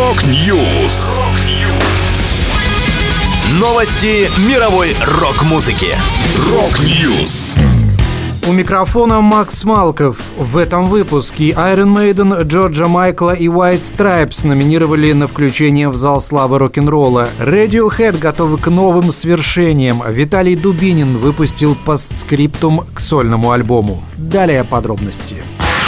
Рок-Ньюс. Новости мировой рок-музыки. Рок-Ньюс. У микрофона Макс Малков. В этом выпуске Iron Maiden, Джорджа Майкла и White Stripes номинировали на включение в зал славы рок-н-ролла. Radiohead готовы к новым свершениям. Виталий Дубинин выпустил постскриптум к сольному альбому. Далее подробности.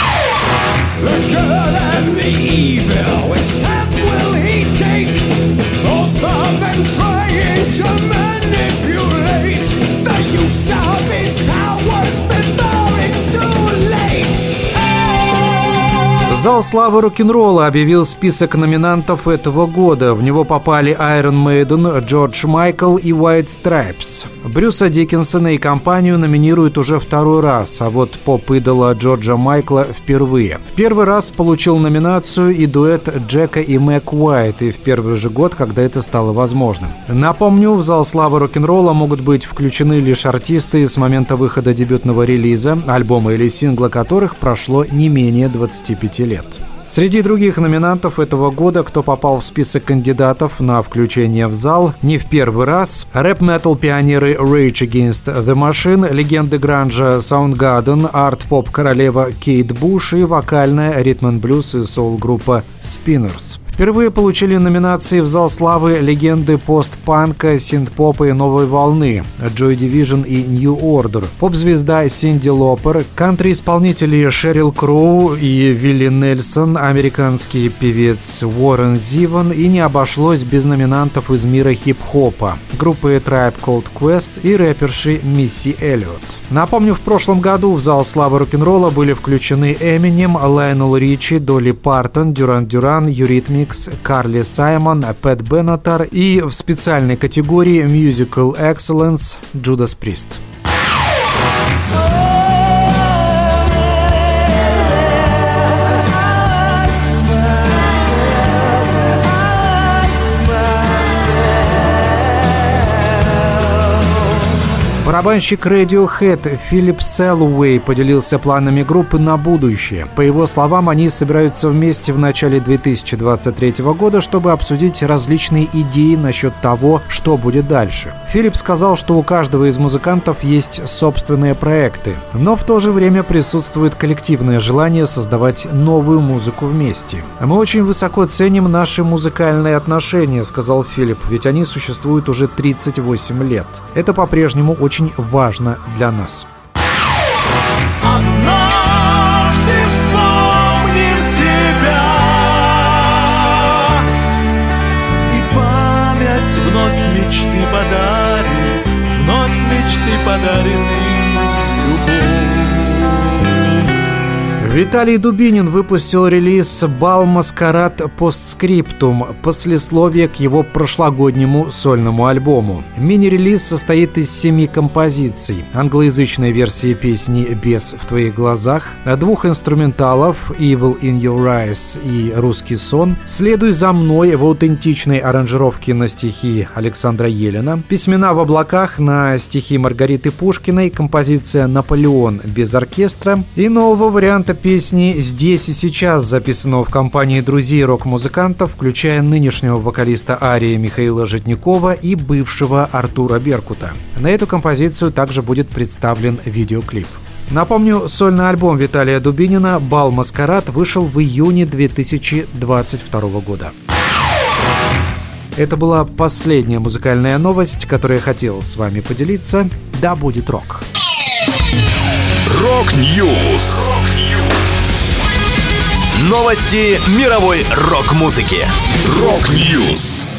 Зал славы рок-н-ролла объявил список номинантов этого года. В него попали Iron Maiden, Джордж Майкл и White Stripes. Брюса Диккенсона и компанию номинируют уже второй раз, а вот поп-идола Джорджа Майкла впервые. Первый раз получил номинацию и дуэт Джека и Мэг Уайт, и в первый же год, когда это стало возможным. Напомню, в зал славы рок-н-ролла могут быть включены лишь артисты с момента выхода дебютного релиза, альбома или сингла которых прошло не менее 25 лет. Среди других номинантов этого года, кто попал в список кандидатов на включение в зал не в первый раз: рэп-метал-пионеры Rage Against the Machine, легенды гранжа Soundgarden, арт-поп королева Кейт Буш и вокальная ритм-н-блюз и соул-группа Spinners. Впервые получили номинации в зал славы легенды постпанка, синт-попа и новой волны Joy Division и New Order, поп-звезда Синди Лопер, кантри-исполнители Шерил Кроу и Вилли Нельсон, американский певец Уоррен Зиван, и не обошлось без номинантов из мира хип-хопа группы Tribe Called Quest и рэперши Мисси Эллиот. Напомню, в прошлом году в зал славы рок-н-ролла были включены Эминем, Лайонел Ричи, Долли Партон, Дюран Дюран, Юритмикс, Карли Саймон, Пэт Беннетар и в специальной категории Musical Excellence Judas Priest. Барабанщик Radiohead Филипп Селлоуэй поделился планами группы на будущее. По его словам, они собираются вместе в начале 2023 года, чтобы обсудить различные идеи насчет того, что будет дальше. Филипп сказал, что у каждого из музыкантов есть собственные проекты, но в то же время присутствует коллективное желание создавать новую музыку вместе. «Мы очень высоко ценим наши музыкальные отношения», — сказал Филипп, «ведь они существуют уже 38 лет. Это по-прежнему очень важно для нас». Однажды вспомним себя, и память вновь мечты подарит и любовь. Виталий Дубинин выпустил релиз «Бал Маскарад Постскриптум», послесловие к его прошлогоднему сольному альбому. Мини-релиз состоит из 7 композиций: англоязычной версии песни «Бес в твоих глазах», 2 инструменталов «Evil in your eyes» и «Русский сон», «Следуй за мной» в аутентичной аранжировке на стихи Александра Елена, «Письмена в облаках» на стихи Маргариты Пушкиной, композиция «Наполеон» без оркестра и нового варианта песни «Здесь и сейчас», записанного в компании друзей рок-музыкантов, включая нынешнего вокалиста Арии Михаила Житникова и бывшего Артура Беркута. На эту композицию также будет представлен видеоклип. Напомню, сольный альбом Виталия Дубинина «Бал Маскарад» вышел в июне 2022 года. Это была последняя музыкальная новость, которую я хотел с вами поделиться. Да будет рок! Рок-Ньюс. Новости мировой рок-музыки. Рок-Ньюс.